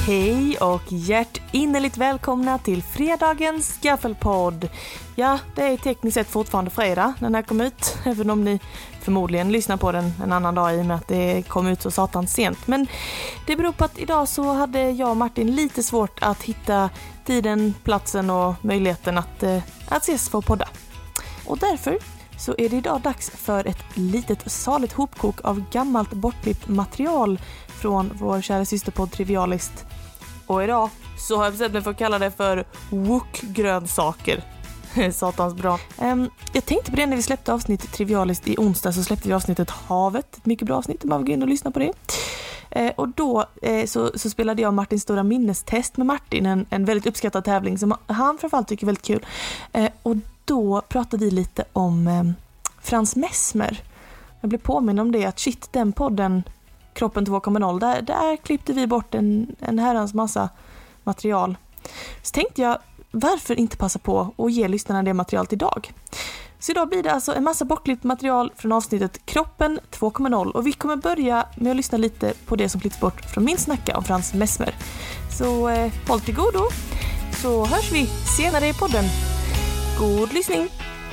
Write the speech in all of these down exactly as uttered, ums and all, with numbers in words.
Hej och hjärtinnerligt välkomna till fredagens Gaffelpodd. Ja, det är tekniskt sett fortfarande fredag när den här kom ut, även om ni förmodligen lyssnar på den en annan dag i och med att det kom ut så satans sent. Men det beror på att idag så hade jag och Martin lite svårt att hitta tiden, platsen och möjligheten att, att ses för att podda. Och därför så är det idag dags för ett litet saligt hopkok av gammalt bortklippt material från vår kära systerpodd Trivialist. Och idag så har jag bestämt mig för att kalla det för wok-grönsaker. Satans bra. Um, jag tänkte på det när vi släppte avsnitt Trivialist i onsdag, så släppte vi avsnittet Havet. Ett mycket bra avsnitt, man vill gå in och lyssna på det. Uh, och då uh, så, så spelade jag Martins stora minnestest med Martin, en, en väldigt uppskattad tävling som han framförallt tycker är väldigt kul. Uh, och då pratade vi lite om um, Frans Messmer. Jag blev påminn om det, att shit, den podden Kroppen två komma noll, där, där klippte vi bort en, en herrans massa material. Så tänkte jag, varför inte passa på att ge lyssnarna det materialet idag? Så idag blir det alltså en massa bortklippt material från avsnittet Kroppen två komma noll. Och vi kommer börja med att lyssna lite på det som klippts bort från min snacka om Frans Messmer. Så eh, håll till godo, så hörs vi senare i podden. God lyssning!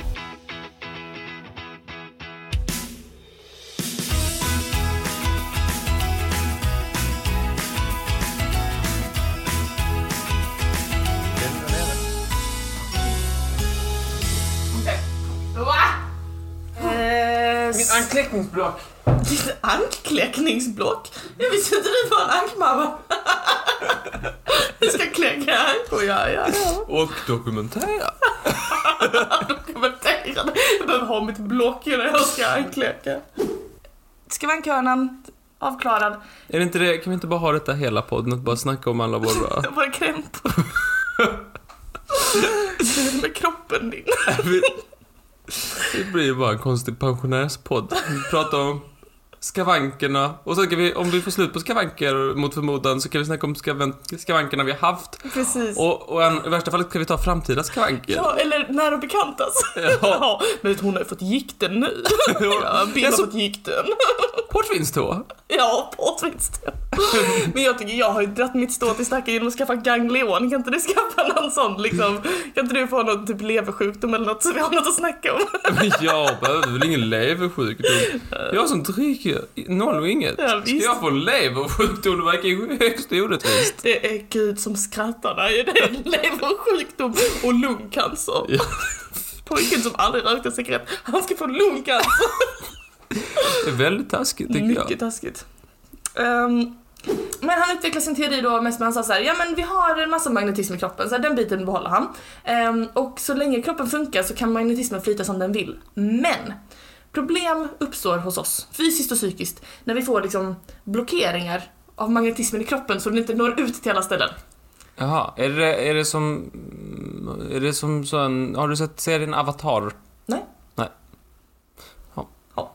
Min ankläckningsblock. Ditt ankläckningsblock? Jag visste inte det var en ankmamma. Jag ska kläcka ankor, ja, ja, ja. Och dokumentera. Dokumentera. Jag behöver ha mitt block när jag ska ankläcka. Skavankörnan avklarad. Är det inte det? Kan vi inte bara ha detta hela podden och bara snacka om alla våra... Bara krämp. Med kroppen din. Det blir ju bara en konstig pensionärspodd. Vi pratar om skavankerna. Och så kan vi, om vi får slut på skavanker mot förmodan, så kan vi snacka om skavan- skavankerna vi har haft. Precis. Och, och en, i värsta fallet kan vi ta framtida skavanker. Ja, eller nära bekantas. Ja. Ja, men hon har ju fått gikten nu. Ja, Bill har så... fått gikten. Portvinstå. Ja, portvinstå. Men jag tycker, jag har ju dratt mitt stå till stacken genom att skaffa ganglion. Kan inte du skaffa någon sån liksom? Kan inte du få någon typ leversjukdom eller något, så vi har något att snacka om? Men jag behöver väl ingen leversjukdom. Jag som dricker noll och inget. Ja, ska jag få leversjukdom? Det verkar ju högst orättvist. Det är Gud som skrattar där. Det är leversjukdom och lungcancer. Ja. Pojken som aldrig rökte cigarett, han ska få lungcancer. Det är väldigt taskigt, tycker Mycket jag. Mycket taskigt. Um, men han utvecklade sin teori då mest med han sa så här: ja men vi har en massa magnetism i kroppen, så här, den biten behåller han. Um, och så länge kroppen funkar så kan magnetismen flyta som den vill. Men problem uppstår hos oss, fysiskt och psykiskt, när vi får liksom blockeringar av magnetismen i kroppen så den inte når ut till alla ställen. Jaha, är det, är det som är det som så en, har du sett serien Avatar? Nej. Nej. Ja. Ja.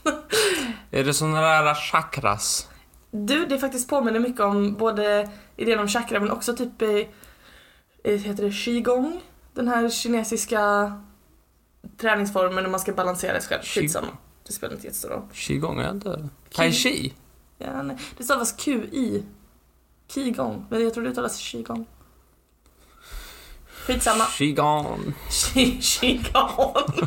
Är det såna där chakras? Du, det är faktiskt påminner mycket om både idén om chakra, men också typ eh, heter det qigong, den här kinesiska träningsformen när man ska balansera sig själv. Skitsamma. Det spelar inte jättestor roll. Qigong är inte. Tai chi. Ja, nej. Det stavas Q I. Qigong, men jag tror det uttalas qigong. Skitsamma. Qigong. Qigong.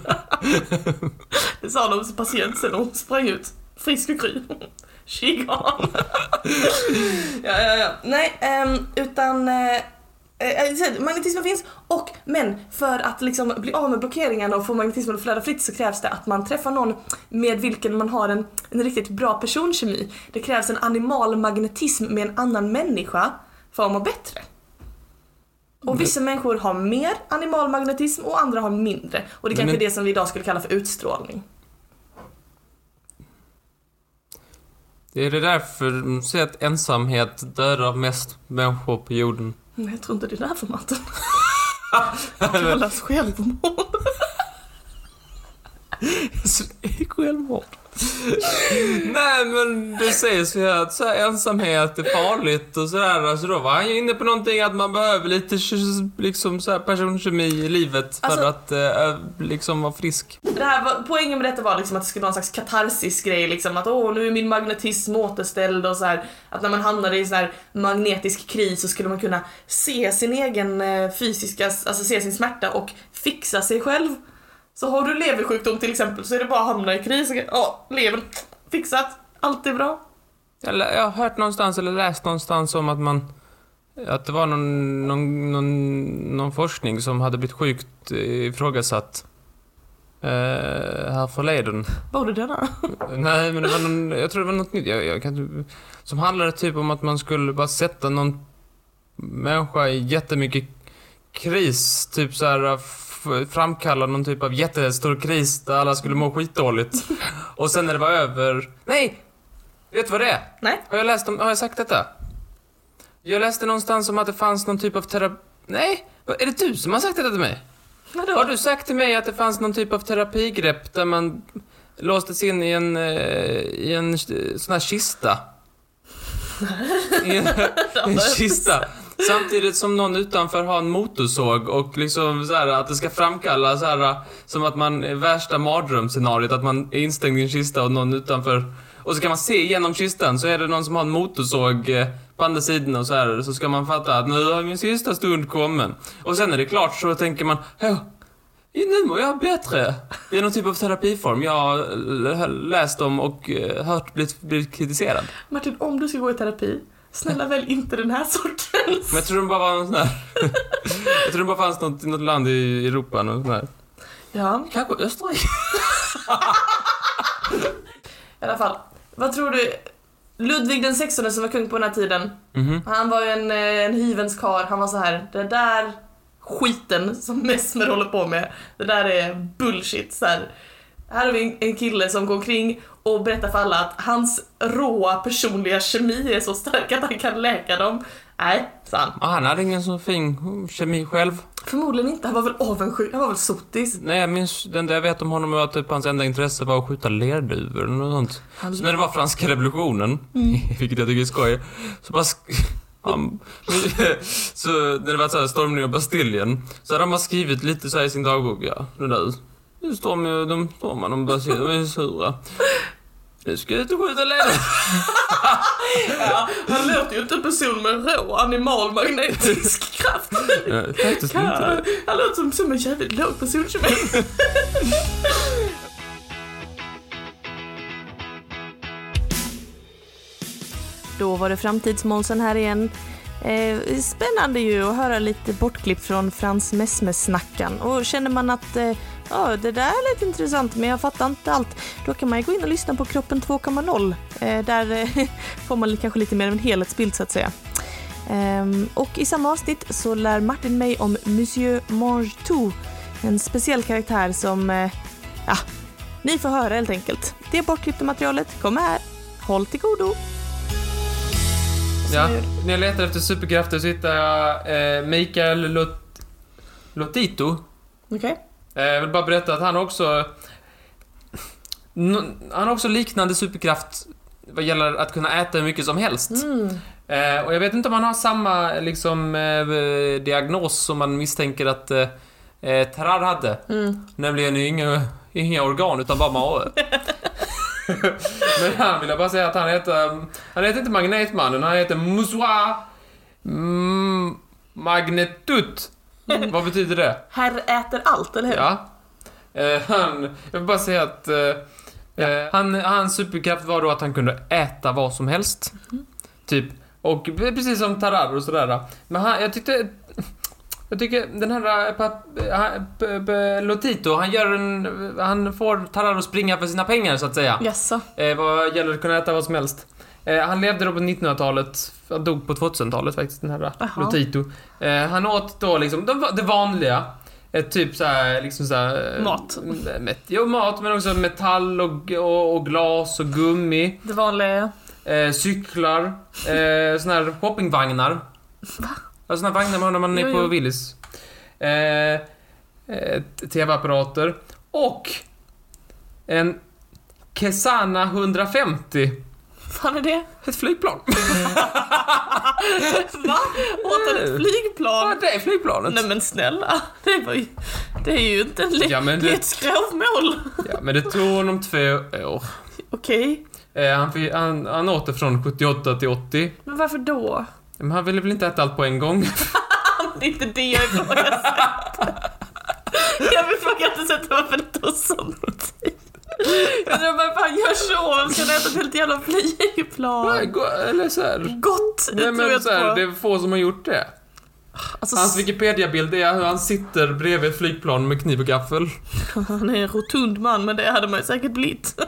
Det sa de till patienten och hon sprang ut. Frisk och kry. Qigong. Ja, ja, ja. Nej, um, utan... Uh, magnetismen finns, och men för att liksom bli av med blockeringarna och få magnetismen att flöda fritt så krävs det att man träffar någon med vilken man har en, en riktigt bra personkemi. Det krävs en animal magnetism med en annan människa för att må bättre. Och vissa mm. människor har mer animal magnetism och andra har mindre. Och det är kanske men... det som vi idag skulle kalla för utstrålning. Det är det därför så att ensamhet dödar mest människor på jorden. Nej, jag tror inte det är därför, Martin. Det kallas självmord. Så självmord. Nej, men det sägs ju att så här, ensamhet är farligt och sådär. Alltså då var han ju inne på någonting att man behöver lite liksom så här personkemi i livet för alltså, att eh, liksom vara frisk. Det här var, poängen med detta var liksom att det skulle vara en slags katarsis grej liksom, att åh, nu är min magnetism återställd och så här, att när man hamnade i så här magnetisk kris så skulle man kunna se sin egen eh, fysiska, alltså se sin smärta och fixa sig själv. Så har du leversjukdom till exempel så är det bara att hamna i kris och ja, lever fixat, allt är bra. Jag, jag har hört någonstans eller läst någonstans om att man att det var någon, någon, någon, någon forskning som hade blivit sjukt ifrågasatt eh, här förleden. Var det denna? Nej, men det var någon, jag tror det var något nytt jag, jag kan, som handlade typ om att man skulle bara sätta någon människa i jättemycket kris, typ så här framkalla någon typ av jättestor kris där alla skulle må skitdåligt. Och sen när det var över... Nej! Vet du vad det är? Nej. Har jag läst om, har jag sagt detta? Jag läste någonstans om att det fanns någon typ av terapi... Nej! Är det du som har sagt detta till mig? Vadå? Har du sagt till mig att det fanns någon typ av terapigrepp där man låstes in i en, i en sån här kista? I en, en kista. Samtidigt som någon utanför har en motorsåg och liksom så här, att det ska framkalla så här, som att man är värsta mardrömsscenariot, att man är instängd i en kista och någon utanför, och så kan man se genom kistan, så är det någon som har en motorsåg på andra sidan och så här, så ska man fatta att nu har min sista stund kommen. Och sen är det klart så tänker man, ja, nu mår jag bättre. Det är någon typ av terapiform jag har läst om och hört blivit, blivit kritiserad. Martin, om du ska gå i terapi, snälla väl inte den här sortens. Men jag tror det bara var någon sån här... jag tror det bara fanns något, något land i Europa, något sån här. Ja. Kanske Österrike. I alla fall, vad tror du? Ludvig den sextonde som var kung på den här tiden, Mm-hmm. han var ju en, en hyvens karl. Han var så här, det där skiten som Mesmer håller på med, det där är bullshit. Så här, här har vi en kille som går omkring och berättar för alla att hans råa personliga kemi är så stark att han kan läka dem. Nej, sa han. Ah, han hade ingen så fin kemi själv. Förmodligen inte, han var väl avundsjuk, han var väl sotis. Nej, jag minns, den där jag vet om honom var att typ hans enda intresse var att skjuta lerduvor eller något sånt. Han... Så när det var franska revolutionen, mm. vilket jag tycker är skoj, så bara... Sk- han... så när det var så här stormning av Bastiljen, så hade de skrivit lite så här i sin dagbok, ja, det där... Nu står man, de står man, de bara ser, de är sura. Nu ska jag inte skjuta läder. Ja, han låter ju inte en person med rå animal magnetisk kraft. Ja, faktiskt inte det. Han låter som, som en jävligt låg personkemi. Då var det framtidsmålsen här igen. Eh, spännande ju att höra lite bortklipp från Frans Mesmer-snackan. Och känner man att eh, ja, det där är lite intressant men jag fattar inte allt, då kan man ju gå in och lyssna på Kroppen två punkt noll. Eh, där eh, får man kanske lite mer av en helhetsbild så att säga. Eh, och i samma avsnitt så lär Martin mig om Monsieur Mangetout, en speciell karaktär som eh, ja, ni får höra helt enkelt. Det bortklippta materialet kommer här. Håll till godo. Ja, när jag letar efter superkrafter så hittar jag eh, Mikael Lot- Lotito. Okej. Okay. Eh, jag vill bara berätta att han också n- han har också liknande superkraft vad gäller att kunna äta hur mycket som helst. Mm. Eh, och jag vet inte om han har samma liksom eh, diagnos som man misstänker att eh, Terrar hade. Mm. Nämligen inga, inga organ utan bara mage. Men han vill jag bara säga att han heter han heter inte Magnetmannen, han heter Monsieur mm, Magnetut. Mm. Vad betyder det? Herr äter allt, eller hur? Ja. Eh, han, jag vill bara säga att eh, ja. han, hans superkraft var då att han kunde äta vad som helst. Mm. Typ. Och precis som Terrar och sådär. Men han, jag tyckte Jag tycker den här pa, pa, pa, Lotito, han gör en han får Terrar att springa för sina pengar så att säga. Yes. Eh, vad gäller att kunna äta vad som helst. Eh, han levde då på nittonhundratalet, han dog på tvåtusentalet faktiskt, den här Aha. Lotito. Eh, han åt då liksom det, det vanliga, ett typ så här liksom så här mat. Met, jo, mat men också metall och, och, och glas och gummi. Det vanliga. Eh, cyklar, eh, såna här shoppingvagnar. Va? Såna här vagnar när man är jo, på jo. Willys. Eh, eh, T V-apparater och en Cessna hundrafemtio. Fan är det? Ett flygplan. Va? Åt han ett flygplan? Ja, det är flygplanet. Nej men snälla, det var ju, det är ju inte en le- Ja, men det- det är ett skrovmål. Ja, men det tog honom två år. Okej, Eh, han, fick, han, han åt det från sjuttioåtta till åttio. men varför då? Men han ville väl inte äta allt på en gång. Det är inte det jag ifrågasätter. Jag ifrågasätter varför det tog sånt. Jag undrar varför han gör så. Ska han äta ett helt jävla flygplan? Nej, gå- Eller så här. Gott, det Nej, tror men jag så här, på. det är få som har gjort det. Alltså, Hans Wikipedia-bild är hur han sitter bredvid ett flygplan med kniv och gaffel. han är en rotund man, men det hade man ju säkert blivit.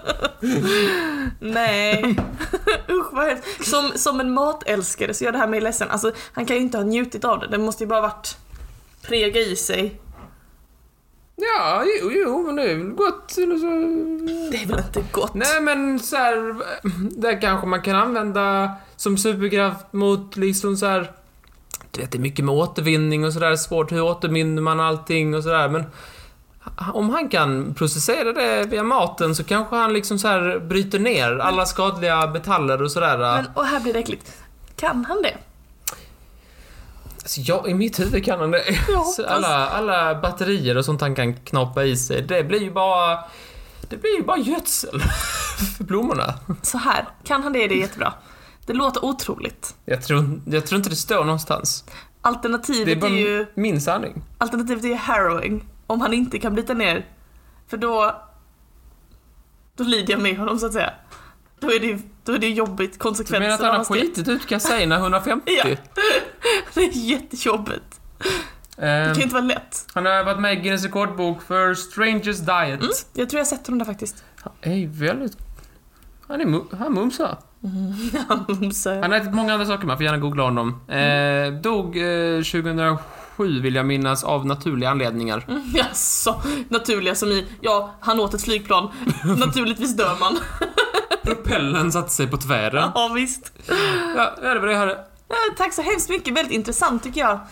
Nej. Usch vad hemskt. Som, som en matälskare så gör det här mig ledsen. Alltså, han kan ju inte ha njutit av det. Det måste ju bara varit prega i sig. Ja, jo, jo, men det är väl gott. Eller så. Det är väl inte gott? Nej, men så här, det kanske man kan använda som superkraft mot liksom så här. Du vet, det är mycket med återvinning och sådär, svårt hur återvinner man allting och sådär, men om han kan processera det via maten så kanske han liksom så här bryter ner men, alla skadliga metaller och sådär. Men, och här blir det äckligt. Kan han det? Alltså, ja, i mitt huvud kan han det. Så alla, alla batterier och sånt han kan knappa i sig, det blir ju bara det blir ju bara gödsel för blommorna. Så här, kan han det, det är jättebra. Det låter otroligt. Jag tror, jag tror inte det står någonstans. Alternativet det är, bara är ju min sanning. Alternativet är ju harrowing. Om han inte kan bryta ner. För då Då lider jag med honom så att säga. Då är det ju då är det jobbigt konsekvenser. Du menar att han har skitit ut Cessna hundrafemtio? Ja. Det är jättejobbigt. Det kan inte vara lätt. Han har varit med i Guinness rekordbok för Strangest Diet. Mm, jag tror jag har sett honom där faktiskt. Han är väldigt... Han är mu- han mumsar. Mm, han mumsar. Han har ätit många andra saker, man får gärna googla honom. Eh, dog eh, tjugohundrasju vill jag minnas av naturliga anledningar. Mm, jaså, naturliga som i, ja, han åt ett flygplan. Naturligtvis dör man. Propellen satte sig på tvären. Ja, visst. Ja, det var det jag hade. Ja, tack så hemskt mycket, väldigt intressant tycker jag.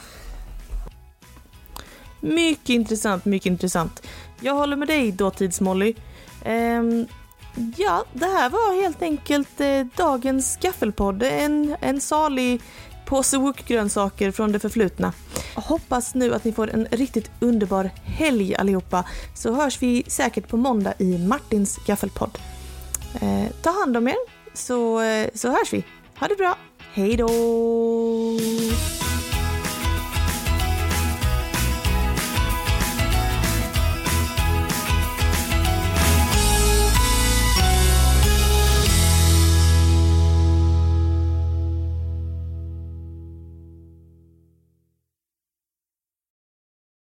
Mycket intressant, mycket intressant. Jag håller med dig dåtids-Molly. Ehm, ja, det här var helt enkelt eh, dagens skaffelpodd. En, en salig påse wok-grönsaker från det förflutna. Hoppas nu att ni får en riktigt underbar helg allihopa. Så hörs vi säkert på måndag i Martins skaffelpodd. Eh, ta hand om er, så, eh, så hörs vi. Ha det bra. Hej då!